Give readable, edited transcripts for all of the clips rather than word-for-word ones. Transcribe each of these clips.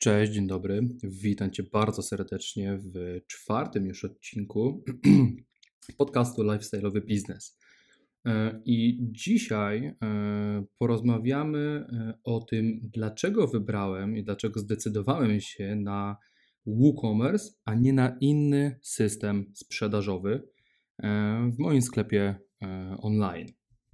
Cześć, dzień dobry. Witam Cię bardzo serdecznie w czwartym już odcinku podcastu Lifestyle'owy Biznes. I dzisiaj porozmawiamy o tym, dlaczego wybrałem i dlaczego zdecydowałem się na WooCommerce, a nie na inny system sprzedażowy w moim sklepie online.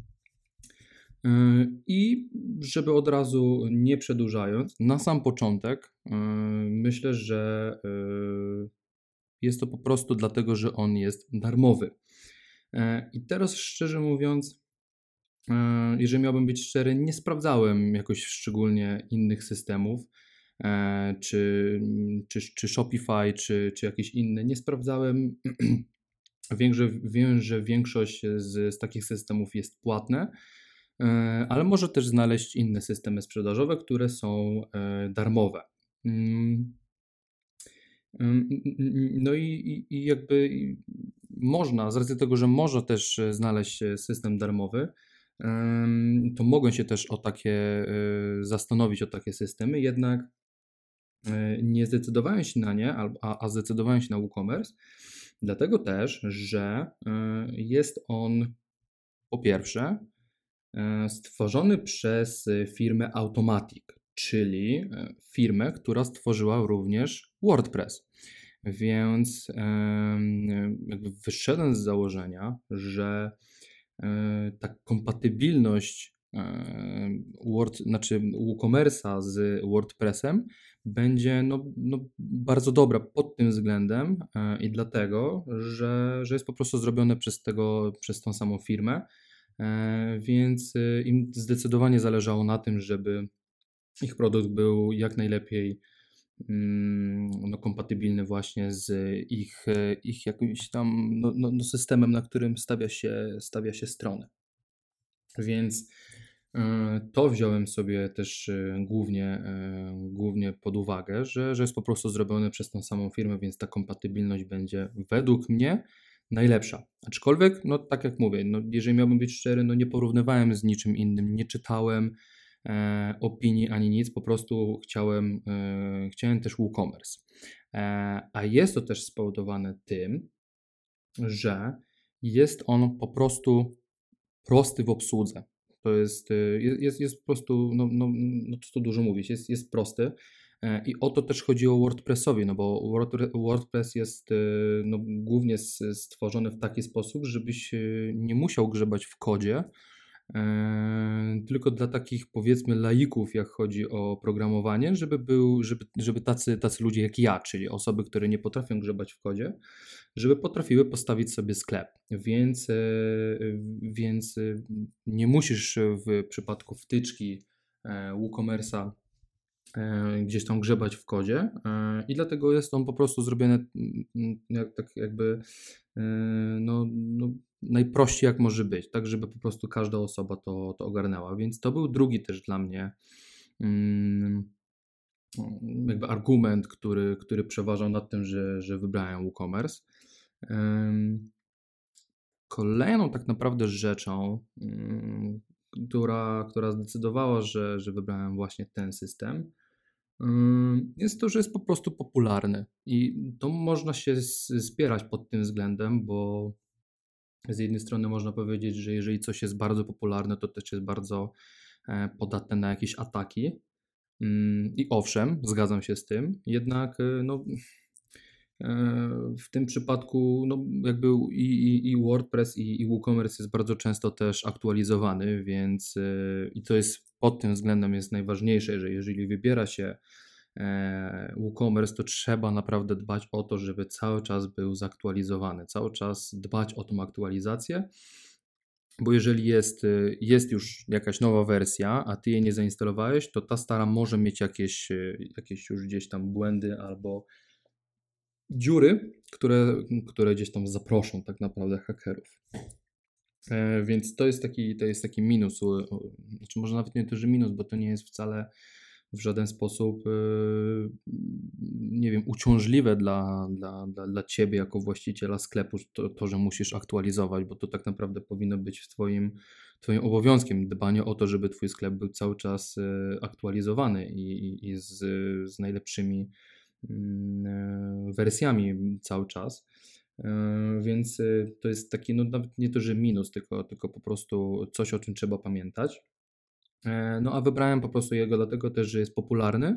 I żeby od razu nie przedłużając, na sam początek myślę, że jest to po prostu dlatego, że on jest darmowy. I teraz szczerze mówiąc, jeżeli miałbym być szczery, nie sprawdzałem jakoś szczególnie innych systemów, czy Shopify, czy jakieś inne. Nie sprawdzałem. Wiem, że większość z takich systemów jest płatne, ale może też znaleźć inne systemy sprzedażowe, które są darmowe. No i jakby można, z racji tego, że można też znaleźć system darmowy, to mogę się też zastanowić o takie systemy, jednak nie zdecydowałem się na nie, a zdecydowałem się na WooCommerce, dlatego też, że jest on po pierwsze stworzony przez firmę Automattic, czyli firmę, która stworzyła również WordPress. Więc jakby wyszedłem z założenia, że ta kompatybilność WooCommerce'a z WordPressem będzie bardzo dobra pod tym względem i dlatego, że jest po prostu zrobione przez tą samą firmę. Więc im zdecydowanie zależało na tym, żeby ich produkt był jak najlepiej kompatybilny właśnie z ich jakimś tam systemem, na którym stawia się stronę. Więc to wziąłem sobie też głównie pod uwagę, że jest po prostu zrobione przez tą samą firmę, więc ta kompatybilność będzie według mnie najlepsza. Aczkolwiek, tak jak mówię, jeżeli miałbym być szczery, nie porównywałem z niczym innym, nie czytałem opinii ani nic, po prostu chciałem też WooCommerce. A jest to też spowodowane tym, że jest on po prostu prosty w obsłudze. To jest po prostu, co tu dużo mówić, jest prosty. I o to też chodziło WordPressowi, bo WordPress jest głównie stworzony w taki sposób, żebyś nie musiał grzebać w kodzie, tylko dla takich, powiedzmy, laików, jak chodzi o programowanie, żeby tacy ludzie jak ja, czyli osoby, które nie potrafią grzebać w kodzie, żeby potrafiły postawić sobie sklep. Więc nie musisz w przypadku wtyczki WooCommerce'a gdzieś tam grzebać w kodzie i dlatego jest on po prostu zrobiony najprościej jak może być, tak żeby po prostu każda osoba to ogarnęła, więc to był drugi też dla mnie jakby argument, który przeważał nad tym, że wybrałem WooCommerce. Kolejną tak naprawdę rzeczą, która zdecydowała, że wybrałem właśnie ten system, jest to, że jest po prostu popularny i to można się spierać pod tym względem, bo z jednej strony można powiedzieć, że jeżeli coś jest bardzo popularne, to też jest bardzo podatne na jakieś ataki i owszem, zgadzam się z tym, jednak w tym przypadku jakby i WordPress i WooCommerce jest bardzo często też aktualizowany, więc i to jest pod tym względem jest najważniejsze, że jeżeli wybiera się WooCommerce, to trzeba naprawdę dbać o to, żeby cały czas był zaktualizowany, cały czas dbać o tą aktualizację, bo jeżeli jest już jakaś nowa wersja, a ty jej nie zainstalowałeś, to ta stara może mieć jakieś już gdzieś tam błędy albo dziury, które gdzieś tam zaproszą tak naprawdę hakerów. Więc to jest taki minus, znaczy może nawet nie to, że minus, bo to nie jest w żaden sposób, nie wiem, uciążliwe dla Ciebie jako właściciela sklepu, to, że musisz aktualizować, bo to tak naprawdę powinno być Twoim obowiązkiem dbanie o to, żeby Twój sklep był cały czas aktualizowany i z najlepszymi wersjami cały czas. Więc to jest taki, no nawet nie to, że minus, tylko po prostu coś, o czym trzeba pamiętać. No a wybrałem po prostu jego dlatego też, że jest popularny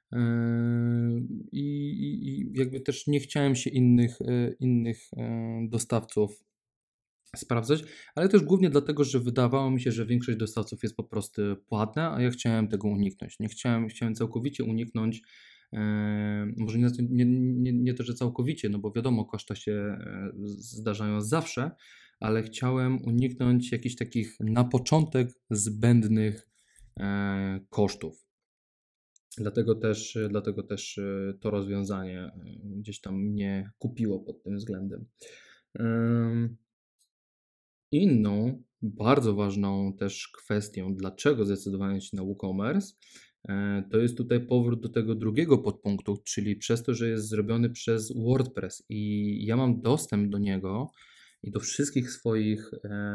i jakby też nie chciałem się innych dostawców sprawdzać, ale też głównie dlatego, że wydawało mi się, że większość dostawców jest po prostu płatna, a ja chciałem tego uniknąć. Chciałem całkowicie uniknąć, może nie to, że całkowicie, no bo wiadomo, koszta się zdarzają zawsze, ale chciałem uniknąć jakichś takich na początek zbędnych kosztów. Dlatego też to rozwiązanie gdzieś tam mnie kupiło pod tym względem. Inną, bardzo ważną też kwestią, dlaczego zdecydowałem się na WooCommerce, to jest tutaj powrót do tego drugiego podpunktu, czyli przez to, że jest zrobiony przez WordPress i ja mam dostęp do niego i do wszystkich swoich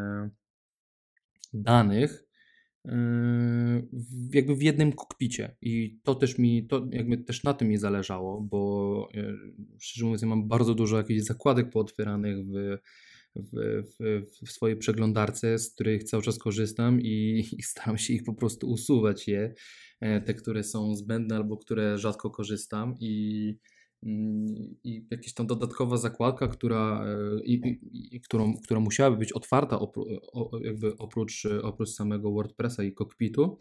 danych jakby w jednym kokpicie i to jakby też na tym mi zależało, bo szczerze mówiąc ja mam bardzo dużo jakichś zakładek pootwieranych w swojej przeglądarce, z których cały czas korzystam i staram się ich po prostu usuwać te, które są zbędne albo które rzadko korzystam i jakaś tam dodatkowa zakładka, która musiałaby być otwarta jakby oprócz samego WordPressa i cockpitu.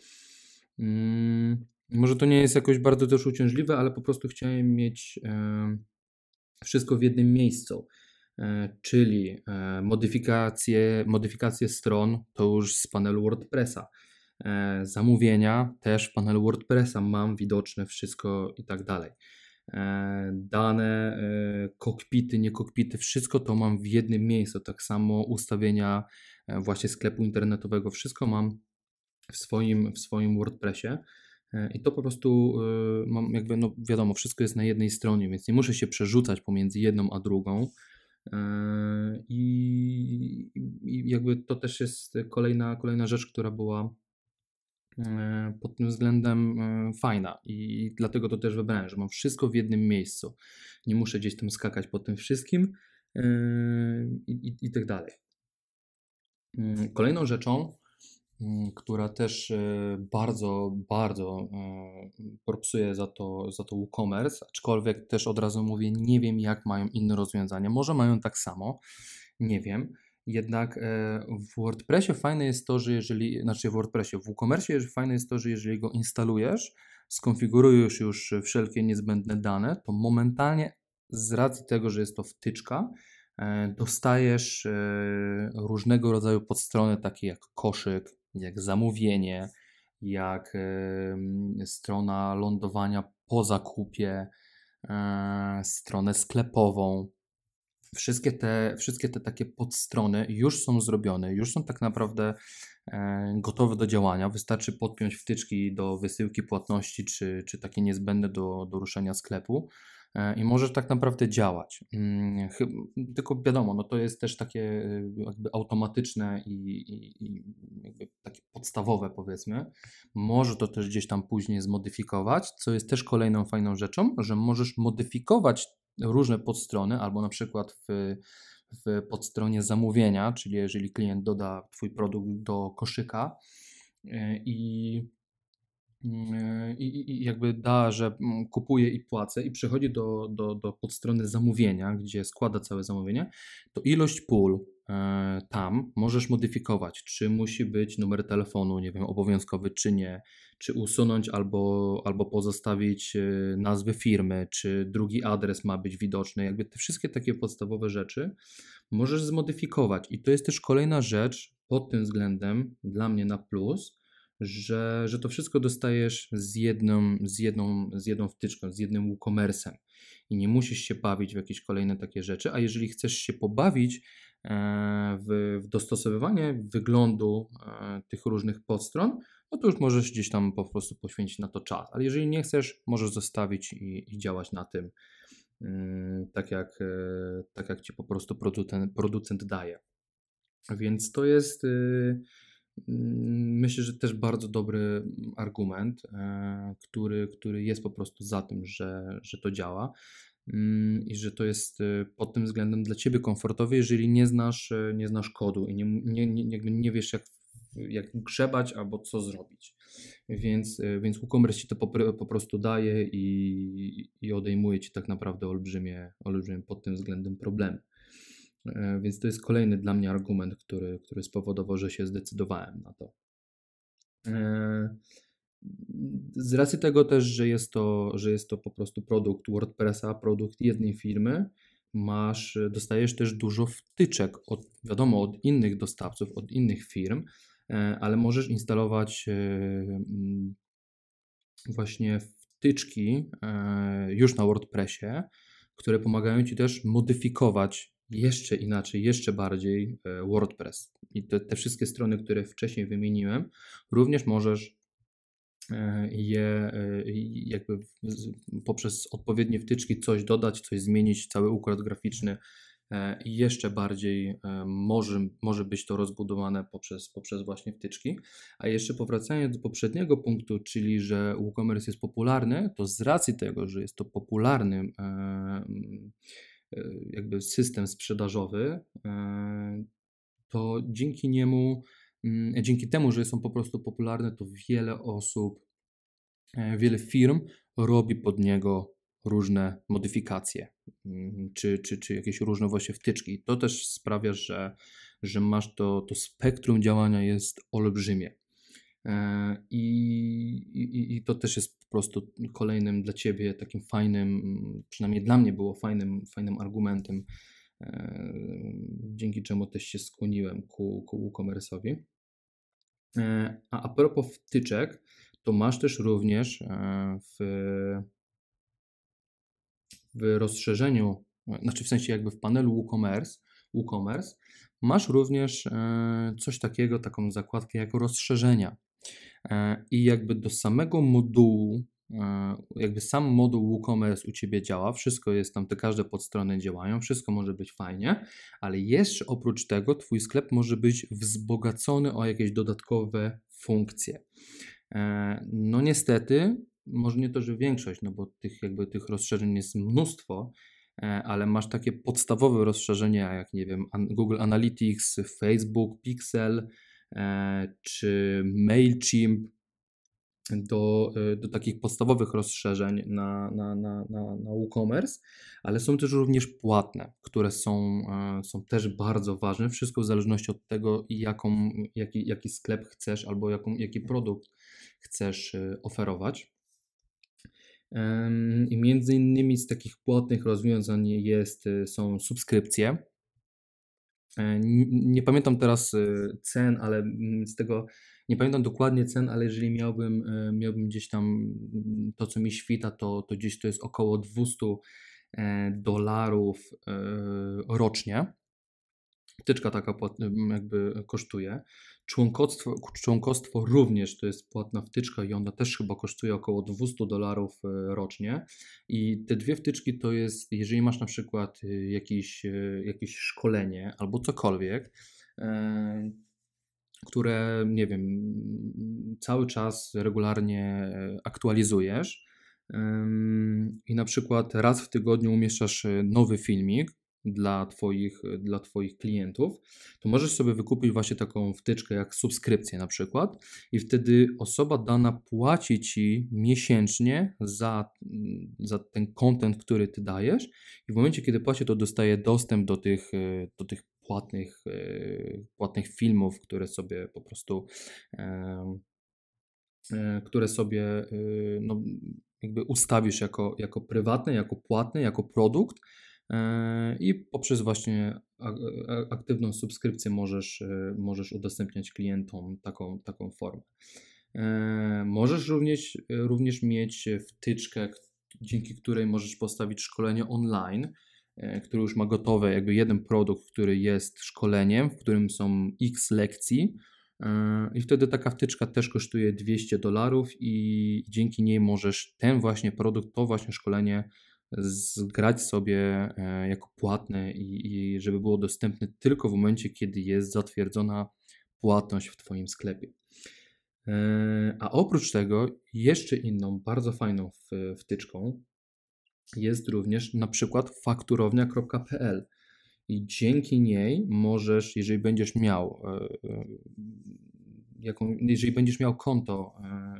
Może to nie jest jakoś bardzo też uciążliwe, ale po prostu chciałem mieć wszystko w jednym miejscu. Czyli modyfikacje stron to już z panelu WordPressa. Zamówienia też w panelu WordPressa mam widoczne wszystko i tak dalej. Dane, kokpity, nie kokpity, wszystko to mam w jednym miejscu. Tak samo ustawienia właśnie sklepu internetowego, wszystko mam w swoim WordPressie. I to po prostu mam jakby, no wiadomo, wszystko jest na jednej stronie, więc nie muszę się przerzucać pomiędzy jedną a drugą. I jakby to też jest kolejna rzecz, która była pod tym względem fajna i dlatego to też wybrałem, że mam wszystko w jednym miejscu. Nie muszę gdzieś tam skakać po tym wszystkim i tak dalej. Kolejną rzeczą, która też bardzo, bardzo propsuje za to WooCommerce, aczkolwiek też od razu mówię, nie wiem jak mają inne rozwiązania, może mają tak samo, nie wiem. Jednak w WordPressie fajne jest to, że w WooCommerce fajne jest to, że jeżeli go instalujesz, skonfigurujesz już wszelkie niezbędne dane, to momentalnie z racji tego, że jest to wtyczka, dostajesz różnego rodzaju podstrony, takie jak koszyk, jak zamówienie, jak strona lądowania po zakupie, stronę sklepową. Wszystkie te takie podstrony już są zrobione, już są tak naprawdę gotowe do działania. Wystarczy podpiąć wtyczki do wysyłki płatności, czy takie niezbędne do ruszenia sklepu i możesz tak naprawdę działać. Tylko wiadomo, no to jest też takie jakby automatyczne i jakby takie podstawowe, powiedzmy. Może to też gdzieś tam później zmodyfikować, co jest też kolejną fajną rzeczą, że możesz modyfikować różne podstrony, albo na przykład w podstronie zamówienia, czyli jeżeli klient doda Twój produkt do koszyka i jakby da, że kupuję i płacę i przechodzi do podstrony zamówienia, gdzie składa całe zamówienie, to ilość pól tam możesz modyfikować, czy musi być numer telefonu, nie wiem, obowiązkowy czy nie, czy usunąć albo pozostawić nazwę firmy, czy drugi adres ma być widoczny, jakby te wszystkie takie podstawowe rzeczy możesz zmodyfikować i to jest też kolejna rzecz pod tym względem dla mnie na plus, że to wszystko dostajesz z jedną wtyczką, z jednym WooCommerce'em i nie musisz się bawić w jakieś kolejne takie rzeczy, a jeżeli chcesz się pobawić w dostosowywanie wyglądu tych różnych podstron, no to już możesz gdzieś tam po prostu poświęcić na to czas. Ale jeżeli nie chcesz, możesz zostawić i działać na tym, tak jak ci po prostu producent daje. Więc to jest, myślę, że też bardzo dobry argument, który jest po prostu za tym, że to działa. I że to jest pod tym względem dla ciebie komfortowe, jeżeli nie znasz kodu i jakby nie wiesz, jak grzebać albo co zrobić. Więc WooCommerce ci to po prostu daje i odejmuje ci tak naprawdę olbrzymie pod tym względem problemy. Więc to jest kolejny dla mnie argument, który spowodował, że się zdecydowałem na to. Z racji tego też, że jest to po prostu produkt WordPressa, produkt jednej firmy, dostajesz też dużo wtyczek wiadomo, od innych dostawców, od innych firm, ale możesz instalować właśnie wtyczki już na WordPressie, które pomagają ci też modyfikować jeszcze inaczej, jeszcze bardziej WordPress. I te wszystkie strony, które wcześniej wymieniłem, również możesz jakby poprzez odpowiednie wtyczki coś dodać, coś zmienić, cały układ graficzny i jeszcze bardziej może być to rozbudowane poprzez właśnie wtyczki. A jeszcze powracając do poprzedniego punktu, czyli że WooCommerce jest popularny, to z racji tego, że jest to popularny jakby system sprzedażowy, to dzięki temu, że są po prostu popularne, to wiele osób, wiele firm robi pod niego różne modyfikacje, czy jakieś różne właśnie wtyczki. To też sprawia, że masz to spektrum działania jest olbrzymie. I to też jest po prostu kolejnym dla ciebie takim fajnym, przynajmniej dla mnie było fajnym argumentem, dzięki czemu też się skłoniłem ku WooCommerce'owi. A propos wtyczek, to masz też również w rozszerzeniu, znaczy w sensie jakby w panelu WooCommerce masz również coś takiego, taką zakładkę jako rozszerzenia. I jakby do samego modułu, jakby sam moduł WooCommerce u Ciebie działa, wszystko jest tam, te każde podstrony działają, wszystko może być fajnie, ale jeszcze oprócz tego Twój sklep może być wzbogacony o jakieś dodatkowe funkcje. No niestety, może nie to, że większość, no bo tych rozszerzeń jest mnóstwo, ale masz takie podstawowe rozszerzenia jak, nie wiem, Google Analytics, Facebook, Pixel, czy MailChimp, do takich podstawowych rozszerzeń na WooCommerce, ale są też również płatne, które są też bardzo ważne. Wszystko w zależności od tego, jaki sklep chcesz albo jaki produkt chcesz oferować. I między innymi z takich płatnych rozwiązań są subskrypcje. Nie pamiętam teraz cen, ale z tego nie pamiętam dokładnie cen, ale jeżeli miałbym gdzieś tam to, co mi świta, to gdzieś to jest około $200 rocznie. Wtyczka taka jakby kosztuje. Członkostwo również to jest płatna wtyczka i ona też chyba kosztuje około $200 rocznie. I te dwie wtyczki to jest, jeżeli masz na przykład jakieś szkolenie albo cokolwiek, które, nie wiem, cały czas regularnie aktualizujesz i na przykład raz w tygodniu umieszczasz nowy filmik dla Twoich klientów, to możesz sobie wykupić właśnie taką wtyczkę jak subskrypcję na przykład i wtedy osoba dana płaci Ci miesięcznie za ten content, który Ty dajesz i w momencie, kiedy płaci, to dostaje dostęp do tych płatnych filmów, które sobie po prostu no, jakby ustawisz jako prywatne, jako płatne, jako produkt i poprzez właśnie aktywną subskrypcję możesz udostępniać klientom taką formę. Możesz również mieć wtyczkę, dzięki której możesz postawić szkolenie online, który już ma gotowe jakby jeden produkt, który jest szkoleniem, w którym są X lekcji I wtedy taka wtyczka też kosztuje $200 i dzięki niej możesz ten właśnie produkt, to właśnie szkolenie zgrać sobie jako płatne i żeby było dostępne tylko w momencie, kiedy jest zatwierdzona płatność w Twoim sklepie. A oprócz tego jeszcze inną bardzo fajną wtyczką jest również na przykład fakturownia.pl i dzięki niej możesz, jeżeli będziesz miał konto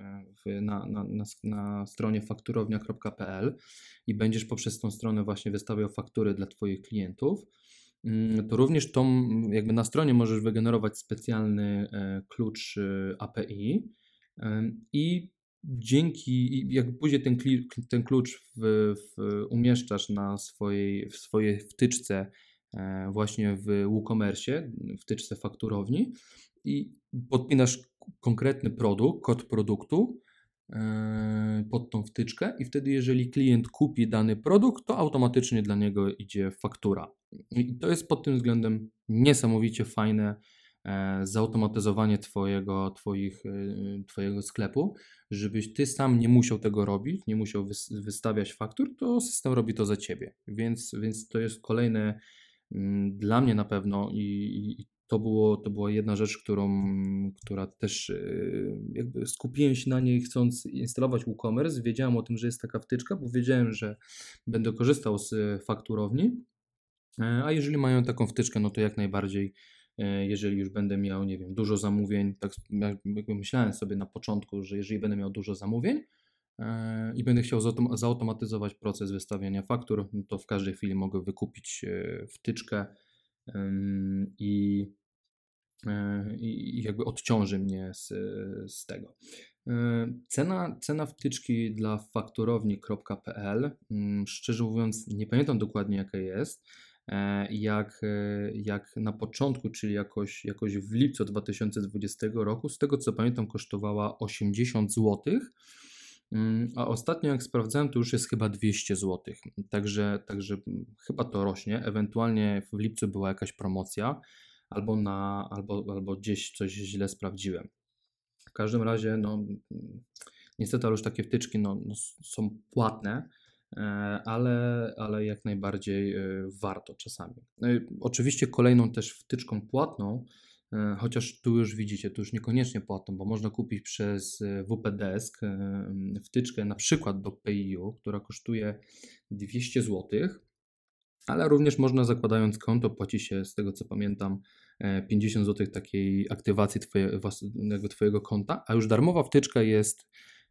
na stronie fakturownia.pl i będziesz poprzez tą stronę właśnie wystawiał faktury dla Twoich klientów, to również jakby na stronie możesz wygenerować specjalny klucz API i jak później ten klucz umieszczasz w swojej wtyczce właśnie w WooCommerce, wtyczce fakturowni i podpinasz konkretny kod produktu pod tą wtyczkę i wtedy jeżeli klient kupi dany produkt, to automatycznie dla niego idzie faktura. I to jest pod tym względem niesamowicie fajne zautomatyzowanie Twojego sklepu, żebyś Ty sam nie musiał tego robić, nie musiał wystawiać faktur, to system robi to za Ciebie. Więc to jest kolejne dla mnie na pewno i to była jedna rzecz, która też jakby skupiłem się na niej chcąc instalować WooCommerce. Wiedziałem o tym, że jest taka wtyczka, bo wiedziałem, że będę korzystał z fakturowni, a jeżeli mają taką wtyczkę, no to jak najbardziej, jeżeli już będę miał, nie wiem, dużo zamówień, tak jakby myślałem sobie na początku, że jeżeli będę miał dużo zamówień i będę chciał zautomatyzować proces wystawiania faktur, no to w każdej chwili mogę wykupić wtyczkę i jakby odciąży mnie z tego. Cena wtyczki dla fakturowni.pl, szczerze mówiąc, nie pamiętam dokładnie jaka jest. Jak na początku, czyli jakoś w lipcu 2020 roku, z tego co pamiętam, kosztowała 80 zł, a ostatnio jak sprawdzałem, to już jest chyba 200 zł. Także chyba to rośnie. Ewentualnie w lipcu była jakaś promocja, albo gdzieś coś źle sprawdziłem. W każdym razie, no niestety już takie wtyczki są płatne, ale jak najbardziej warto czasami. Oczywiście kolejną też wtyczką płatną, chociaż tu już widzicie, tu już niekoniecznie płatną, bo można kupić przez WP Desk wtyczkę na przykład do PayU, która kosztuje 200 zł, ale również można, zakładając konto, płaci się, z tego co pamiętam, 50 zł takiej aktywacji Twojego konta, a już darmowa wtyczka jest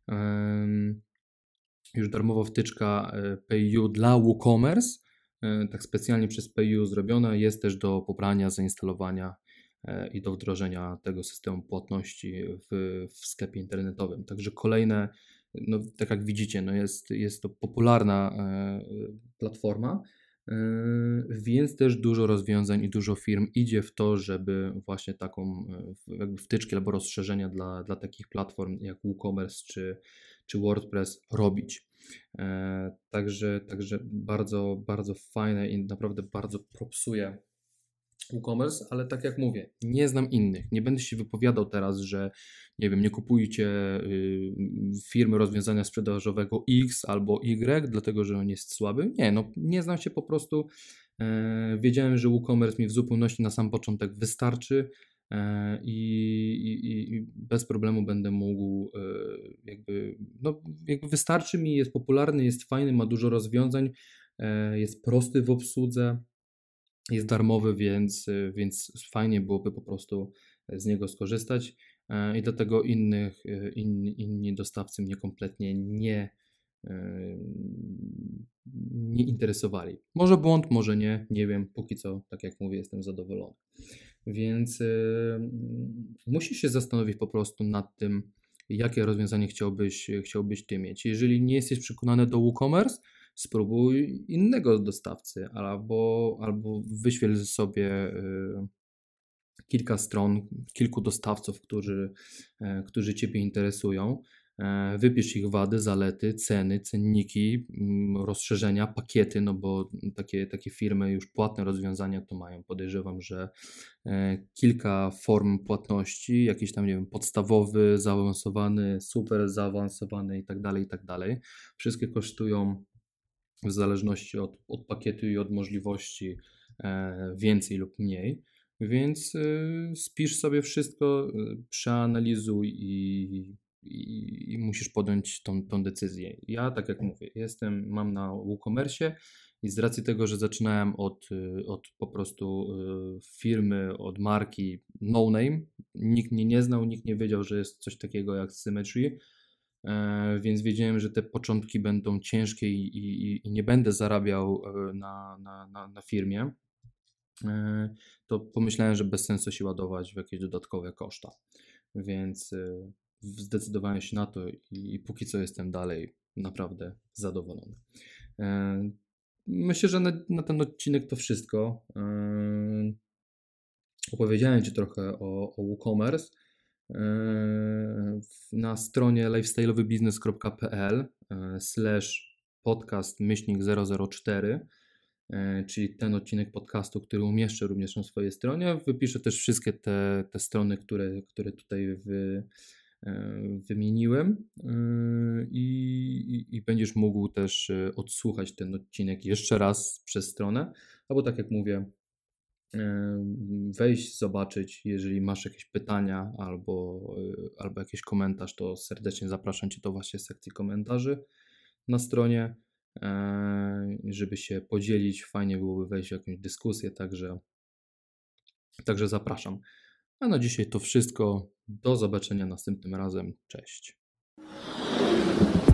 PayU dla WooCommerce, tak specjalnie przez PayU zrobiona, jest też do pobrania, zainstalowania i do wdrożenia tego systemu płatności w sklepie internetowym. Także kolejne, no tak jak widzicie, no jest to popularna platforma, więc też dużo rozwiązań i dużo firm idzie w to, żeby właśnie taką jakby wtyczkę albo rozszerzenia dla takich platform jak WooCommerce czy WordPress robić. Także bardzo, bardzo fajne i naprawdę bardzo propsuję WooCommerce, ale tak jak mówię, nie znam innych. Nie będę się wypowiadał teraz, że nie wiem, nie kupujcie firmy rozwiązania sprzedażowego X albo Y, dlatego że on jest słaby. Nie, no nie znam się po prostu. Wiedziałem, że WooCommerce mi w zupełności na sam początek wystarczy i bez problemu będę mógł jakby wystarczy mi, jest popularny, jest fajny, ma dużo rozwiązań, jest prosty w obsłudze. Jest darmowy, więc fajnie byłoby po prostu z niego skorzystać i dlatego inni dostawcy mnie kompletnie nie interesowali. Może błąd, może nie wiem, póki co, tak jak mówię, jestem zadowolony. Więc musisz się zastanowić po prostu nad tym, jakie rozwiązanie chciałbyś Ty mieć. Jeżeli nie jesteś przekonany do WooCommerce, spróbuj innego dostawcy albo wyświetl sobie kilka stron, kilku dostawców, którzy Ciebie interesują Wypisz ich wady, zalety, ceny, cenniki, rozszerzenia, pakiety, no bo takie firmy już płatne rozwiązania to mają. Podejrzewam, że kilka form płatności, jakiś tam, nie wiem, podstawowy, zaawansowany, super zaawansowany i tak dalej, i tak dalej. Wszystkie kosztują w zależności od pakietu i od możliwości więcej lub mniej. Więc spisz sobie wszystko, przeanalizuj i musisz podjąć tą decyzję. Ja, tak jak mówię, mam na WooCommerce i z racji tego, że zaczynałem od po prostu firmy, od marki no name, nikt mnie nie znał, nikt nie wiedział, że jest coś takiego jak Symmetry, więc wiedziałem, że te początki będą ciężkie i nie będę zarabiał na firmie, to pomyślałem, że bez sensu się ładować w jakieś dodatkowe koszta. Więc zdecydowałem się na to i póki co jestem dalej naprawdę zadowolony. Myślę, że na ten odcinek to wszystko. Opowiedziałem Ci trochę o WooCommerce. Na stronie lifestyle'owybiznes.pl /podcast/004, czyli ten odcinek podcastu, który umieszczę również na swojej stronie. Wypiszę też wszystkie te strony, które tutaj wymieniłem, i będziesz mógł też odsłuchać ten odcinek jeszcze raz przez stronę, albo tak jak mówię, wejść, zobaczyć. Jeżeli masz jakieś pytania albo jakiś komentarz, to serdecznie zapraszam Cię do właśnie sekcji komentarzy na stronie, żeby się podzielić. Fajnie byłoby wejść w jakąś dyskusję, także zapraszam. A na dzisiaj to wszystko. Do zobaczenia następnym razem. Cześć.